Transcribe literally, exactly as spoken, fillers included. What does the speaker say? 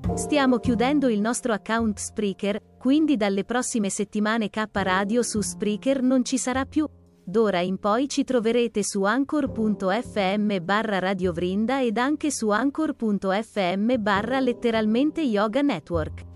Stiamo chiudendo il nostro account Spreaker, quindi dalle prossime settimane K Radio su Spreaker non ci sarà più. D'ora in poi ci troverete su anchor punto effe emme barra Radio Vrinda ed anche su anchor punto effe emme barra letteralmente Yoga Network.